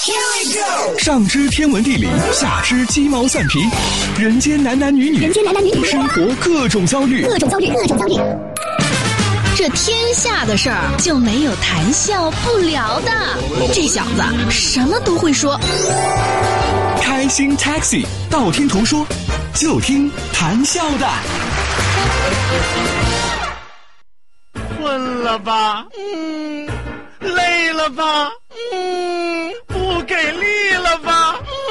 上知天文地理，下知鸡毛蒜皮，人间男男女女，生活各种遭遇。 这天下的事儿就没有谈笑不聊的。这小子什么都会说。 开心 Taxi， 道听途说，就听谈笑的。 困了吧？累了吧？不给力了吧？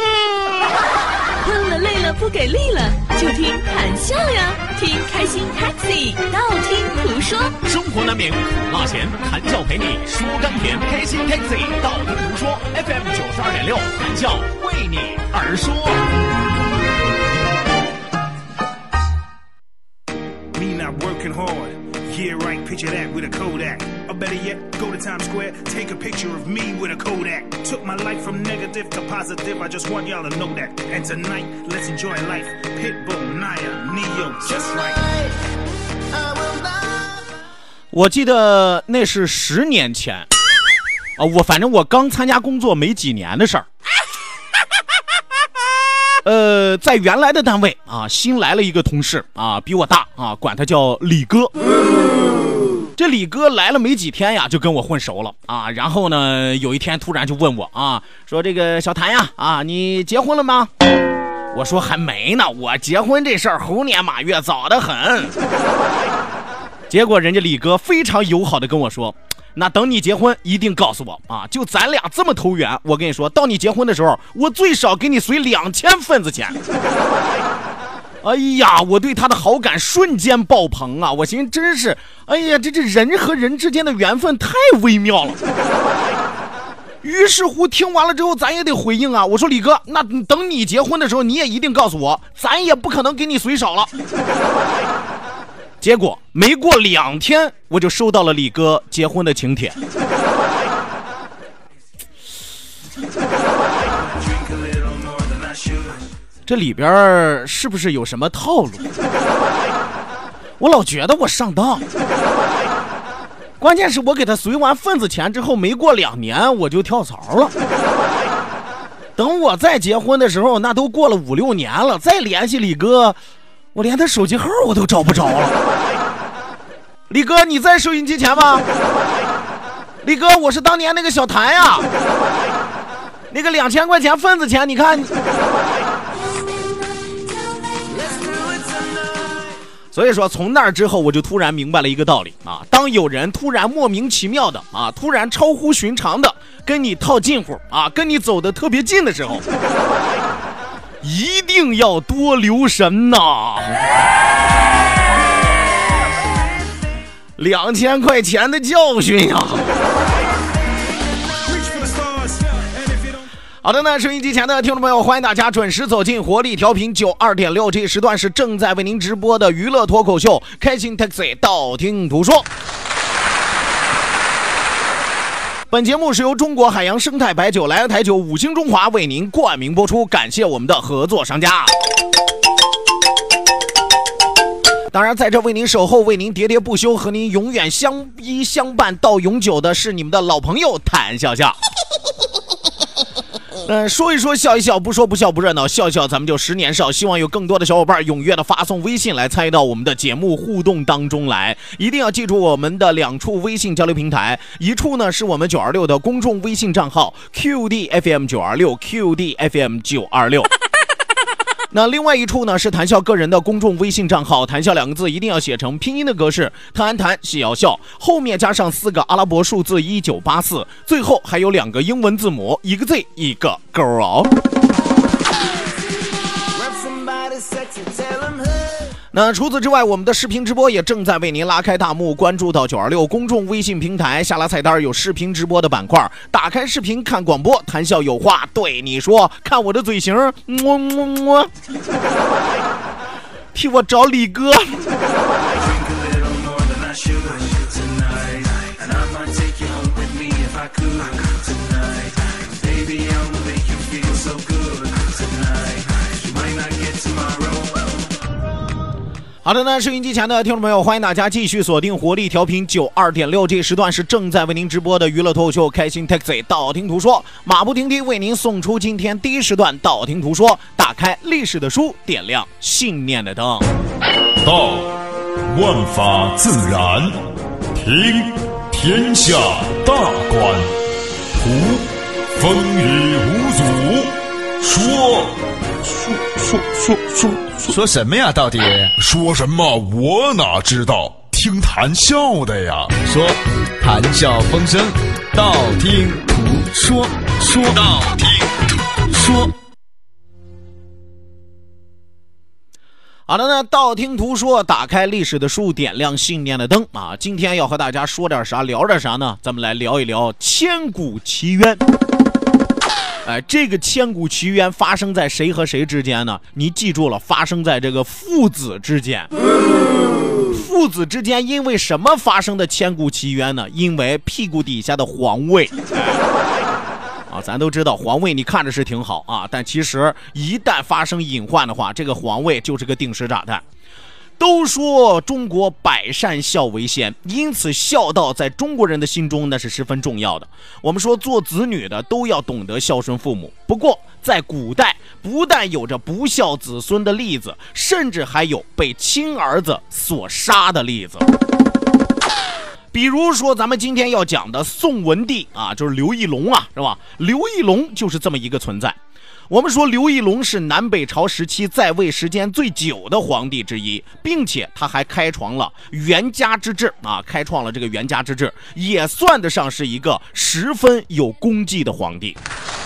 困了累了不给力了，就听谈笑呀，听开心 Taxi， 道听途说。 生活难免苦辣咸，谈笑陪你说甘甜。开心 Taxi， 道听途说 FM 92.6，谈笑为你而说。 Me not working hard. Yeah, right, picture that with a Kodak. Or better yet, go to Times Square, take a picture of me with a Kodak. Took my life from negative to positive, I just want y'all to know that. And tonight, let's enjoy life. Pitbull, Naya, Neo, just right. 我记得那是10年前啊，反正我刚参加工作没几年的事儿。在原来的单位啊，新来了一个同事啊，比我大啊，管他叫李哥。这李哥来了没几天呀，就跟我混熟了啊。然后呢，有一天突然就问我啊，说这个小谭呀，啊，你结婚了吗？我说还没呢，我结婚这事儿猴年马月早得很。结果人家李哥非常友好的跟我说，那等你结婚一定告诉我啊！就咱俩这么投缘，我跟你说，到你结婚的时候，我最少给你随2000份子钱。哎呀，我对他的好感瞬间爆棚啊！我寻思真是，哎呀，这人和人之间的缘分太微妙了。于是乎，听完了之后，咱也得回应啊！我说李哥，那等你结婚的时候，你也一定告诉我，咱也不可能给你随少了。结果没过2天，我就收到了李哥结婚的请帖。这里边是不是有什么套路？我老觉得我上当。关键是我给他随完份子钱之后，没过2年我就跳槽了。等我再结婚的时候，那都过了5、6年了，再联系李哥，我连他手机号我都找不着了。李哥，你在收音机前吗？李哥，我是当年那个小谭呀，那个2000块钱份子钱，你看。所以说，从那儿之后，我就突然明白了一个道理啊：当有人突然莫名其妙的啊，突然超乎寻常的跟你套近乎啊，跟你走得特别近的时候，一定要多留神呐。2000块钱的教训呀！好的呢，收音机前的听众朋友，欢迎大家准时走进活力调频92.6，这一时段是正在为您直播的娱乐脱口秀开心 Taxi， 道听途说。本节目是由中国海洋生态白酒莱恩台酒5星中华为您冠名播出，感谢我们的合作商家。当然在这为您守候，为您喋喋不休，和您永远相依相伴到永久的是你们的老朋友谭笑笑。说一说笑一笑，不说不笑不热闹，笑笑咱们就10年少。希望有更多的小伙伴踊跃的发送微信来参与到我们的节目互动当中来。一定要记住我们的2处微信交流平台，一处呢是我们926的公众微信账号 QDFM926 QDFM926。那另外一处呢是谈笑个人的公众微信账号，谈笑2个字一定要写成拼音的格式，谈笑笑，后面加上4个阿拉伯数字1984，最后还有2个英文字母，一个 Z 一个 girl。那除此之外，我们的视频直播也正在为您拉开大幕，关注到926公众微信平台，下拉菜单有视频直播的板块，打开视频看广播，谈笑有话对你说，看我的嘴型，么么么，替我找李哥。 好的呢，收音机前的听众朋友，欢迎大家继续锁定活力调频92.6，这时段是正在为您直播的娱乐脱口秀开心 Taxi， 道听途说，马不停蹄为您送出今天第一时段道听途说，打开历史的书，点亮信念的灯。 道，万法自然；听，天下大观；图，风雨无阻； 说什么呀？到底说什么？我哪知道？听谈笑的呀。 说谈笑风生，道听途说，说道听途说。 好的呢，道听途说，打开历史的书，点亮信念的灯啊！今天要和大家说点啥，聊点啥呢？咱们来聊一聊千古奇冤。这个千古奇冤发生在谁和谁之间呢？你记住了，发生在这个父子之间。父子之间因为什么发生的千古奇冤呢？因为屁股底下的皇位。咱都知道皇位你看着是挺好啊，但其实一旦发生隐患的话，这个皇位就是个定时炸弹。都说中国百善孝为先，因此孝道在中国人的心中那是十分重要的。我们说做子女的都要懂得孝顺父母，不过在古代不但有着不孝子孙的例子，甚至还有被亲儿子所杀的例子。比如说咱们今天要讲的宋文帝啊，就是刘义隆啊，是吧？刘义隆就是这么一个存在。我们说刘义隆是南北朝时期在位时间最久的皇帝之一，并且他还开创了元家之治啊，开创了这个元家之治，也算得上是一个十分有功绩的皇帝。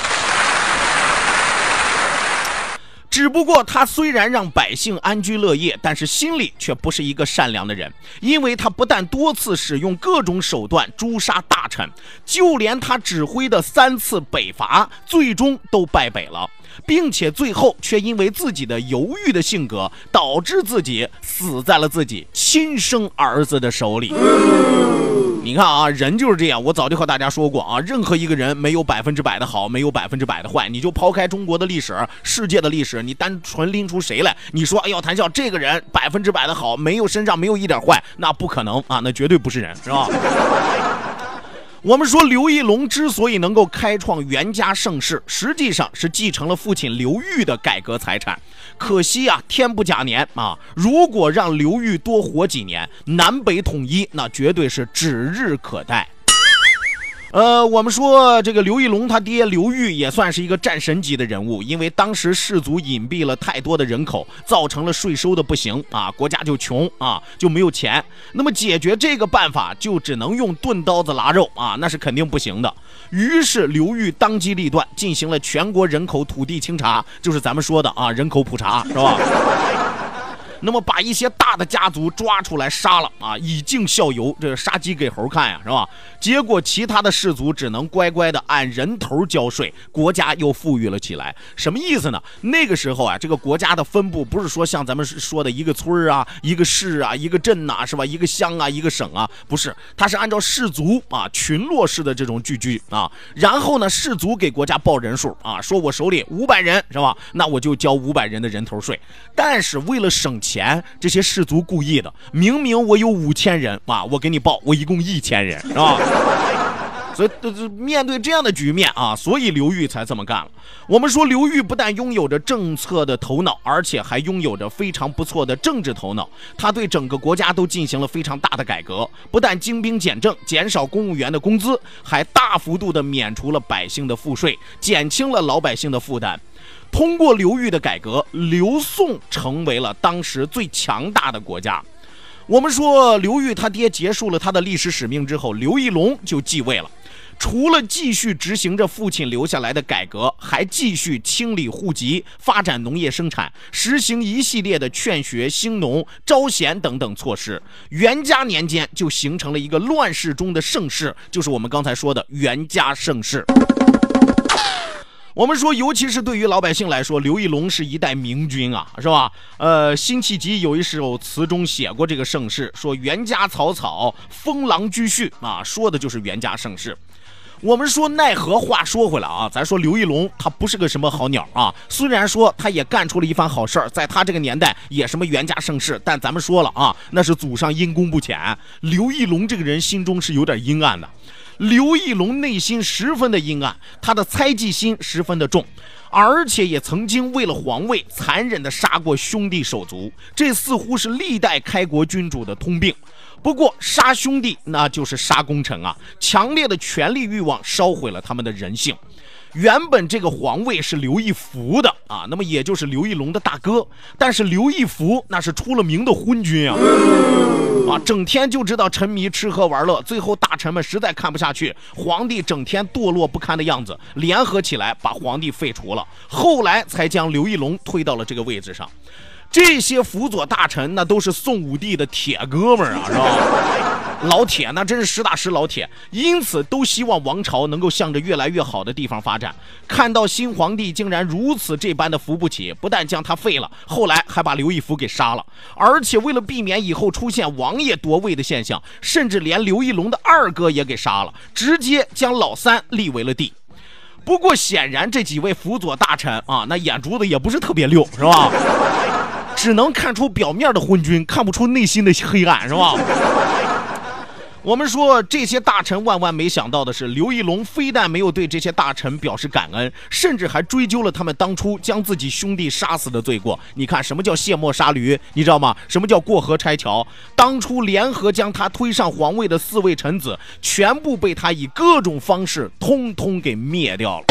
只不过他虽然让百姓安居乐业，但是心里却不是一个善良的人，因为他不但多次使用各种手段诛杀大臣，就连他指挥的3次北伐最终都败北了，并且最后却因为自己的犹豫的性格，导致自己死在了自己亲生儿子的手里。你看啊，人就是这样，我早就和大家说过啊，任何一个人没有100%的好，没有100%的坏，你就抛开中国的历史、世界的历史，你单纯拎出谁来，你说哎呦谈笑这个人100%的好，身上没有一点坏，那不可能啊，那绝对不是人，是吧？我们说刘义隆之所以能够开创元家盛世，实际上是继承了父亲刘裕的改革财产。可惜啊，天不假年啊！如果让刘裕多活几年，南北统一那绝对是指日可待。我们说这个刘义隆他爹刘裕也算是一个战神级的人物，因为当时氏族隐蔽了太多的人口，造成了税收的不行啊，国家就穷啊，就没有钱。那么解决这个办法就只能用钝刀子剌肉啊，那是肯定不行的。于是刘裕当机立断，进行了全国人口土地清查，就是咱们说的啊人口普查，是吧？那么把一些大的家族抓出来杀了啊，以儆效尤，这个杀鸡给猴看呀，是吧？结果其他的氏族只能乖乖的按人头交税，国家又富裕了起来。什么意思呢？那个时候啊，这个国家的分布不是说像咱们说的一个村啊、一个市啊、一个镇呐，是吧？一个乡啊、一个省啊，不是，它是按照氏族啊群落式的这种聚居啊，然后呢，氏族给国家报人数啊，说我手里500人是吧？那我就交500人的人头税。但是为了省钱，这些氏族故意的，明明我有5000人啊，我给你报我一共1000人，是吧？所以面对这样的局面啊，所以刘裕才这么干了。我们说刘裕不但拥有着政策的头脑，而且还拥有着非常不错的政治头脑。他对整个国家都进行了非常大的改革，不但精兵简政，减少公务员的工资，还大幅度的免除了百姓的赋税，减轻了老百姓的负担。通过刘裕的改革，刘宋成为了当时最强大的国家。我们说刘裕他爹结束了他的历史使命之后，刘义隆就继位了。除了继续执行着父亲留下来的改革，还继续清理户籍，发展农业生产，实行一系列的劝学兴农、招贤等等措施。元嘉年间就形成了一个乱世中的盛世，就是我们刚才说的元嘉盛世。我们说尤其是对于老百姓来说，刘义隆是一代明君啊，是吧？辛弃疾有一首词中写过这个盛世，说元嘉草草，封狼居胥啊，说的就是元嘉盛世。 我们说奈何话说回来啊，咱说刘义隆他不是个什么好鸟啊，虽然说他也干出了一番好事儿，在他这个年代也什么袁家盛世，但咱们说了啊，那是祖上阴功不浅，刘义隆这个人心中是有点阴暗的。刘义隆内心十分的阴暗，他的猜忌心十分的重，而且也曾经为了皇位残忍地杀过兄弟手足，这似乎是历代开国君主的通病。不过杀兄弟那就是杀功臣啊，强烈的权力欲望烧毁了他们的人性。原本这个皇位是刘义福的啊，那么也就是刘义隆的大哥，但是刘义福那是出了名的昏君啊，整天就知道沉迷吃喝玩乐，最后大臣们实在看不下去，皇帝整天堕落不堪的样子，联合起来把皇帝废除了，后来才将刘义隆推到了这个位置上。这些辅佐大臣那都是宋武帝的铁哥们儿啊，是吧？老铁，那真是实打实老铁，因此都希望王朝能够向着越来越好的地方发展。看到新皇帝竟然如此这般的扶不起，不但将他废了，后来还把刘义福给杀了，而且为了避免以后出现王爷夺位的现象，甚至连刘义隆的二哥也给杀了，直接将老三立为了帝。不过显然这几位辅佐大臣啊，那眼珠子也不是特别溜，是吧？只能看出表面的昏君，看不出内心的黑暗，是吧？我们说这些大臣万万没想到的是，刘义隆非但没有对这些大臣表示感恩，甚至还追究了他们当初将自己兄弟杀死的罪过。你看什么叫卸磨杀驴，你知道吗？什么叫过河拆桥？当初联合将他推上皇位的4位臣子，全部被他以各种方式通通给灭掉了。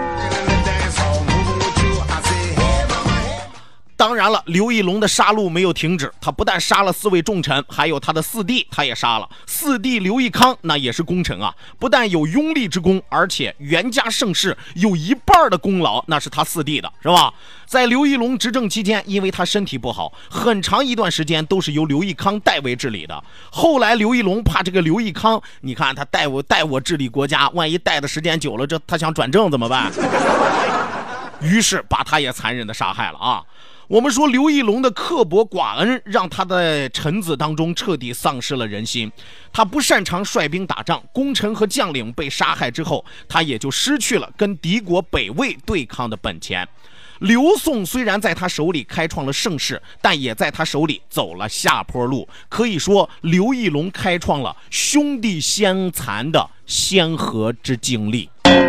当然了，刘义隆的杀戮没有停止，他不但杀了4位重臣，还有他的4弟他也杀了。4弟刘义康那也是功臣啊，不但有拥立之功，而且袁家盛世有一半的功劳那是他4弟的，是吧？在刘义隆执政期间，因为他身体不好，很长一段时间都是由刘义康代为治理的。后来刘义隆怕这个刘义康，你看他带我治理国家，万一带的时间久了，这他想转正怎么办？于是把他也残忍的杀害了啊。我们说刘义隆的刻薄寡恩让他的臣子当中彻底丧失了人心，他不擅长率兵打仗，功臣和将领被杀害之后，他也就失去了跟敌国北魏对抗的本钱。刘宋虽然在他手里开创了盛世，但也在他手里走了下坡路，可以说刘义隆开创了兄弟相残的先河之经历。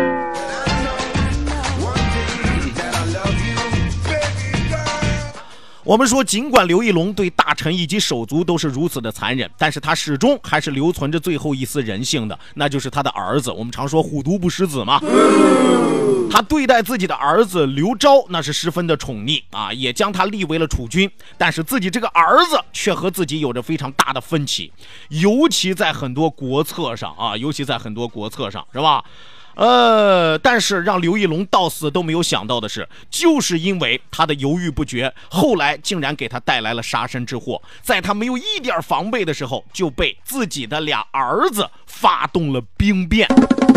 我们说尽管刘义隆对大臣以及手足都是如此的残忍，但是他始终还是留存着最后一丝人性的，那就是他的儿子。我们常说虎毒不食子嘛，他对待自己的儿子刘昭那是十分的宠溺啊，也将他立为了储君，但是自己这个儿子却和自己有着非常大的分歧，尤其在很多国策上啊，是吧？但是让刘义隆到死都没有想到的是，就是因为他的犹豫不决，后来竟然给他带来了杀身之祸，在他没有一点防备的时候，就被自己的俩儿子发动了兵变。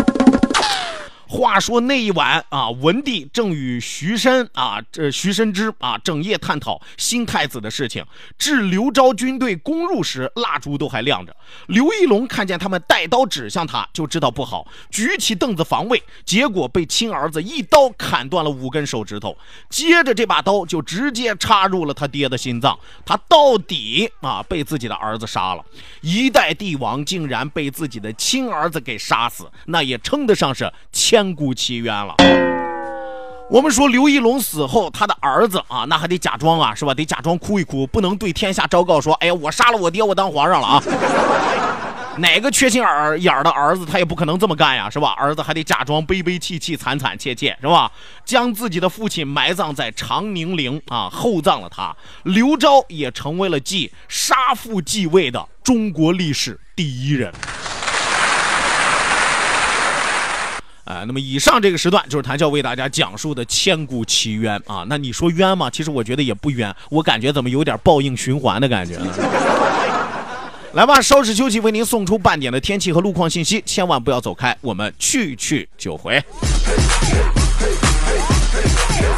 话说那一晚啊，文帝正与徐申之整夜探讨新太子的事情，至刘昭军队攻入时，蜡烛都还亮着。刘义隆看见他们带刀指向他，就知道不好，举起凳子防卫，结果被亲儿子一刀砍断了5根手指头，接着这把刀就直接插入了他爹的心脏，他到底被自己的儿子杀了。一代帝王竟然被自己的亲儿子给杀死，那也称得上是千古奇冤了。我们说刘义隆死后，他的儿子那还得假装是吧？得假装哭一哭，不能对天下昭告说，哎呀，我杀了我爹，我当皇上了啊！哪个缺心眼的儿子他也不可能这么干呀，是吧？儿子还得假装悲悲戚戚、惨惨切切，是吧？将自己的父亲埋葬在长宁陵厚葬了他。刘昭也成为了继杀父继位的中国历史第一人。那么以上这个时段就是谈笑为大家讲述的千古奇冤啊。那你说冤吗？其实我觉得也不冤，我感觉怎么有点报应循环的感觉呢？来吧，稍事休息，为您送出半点的天气和路况信息，千万不要走开，我们去就回。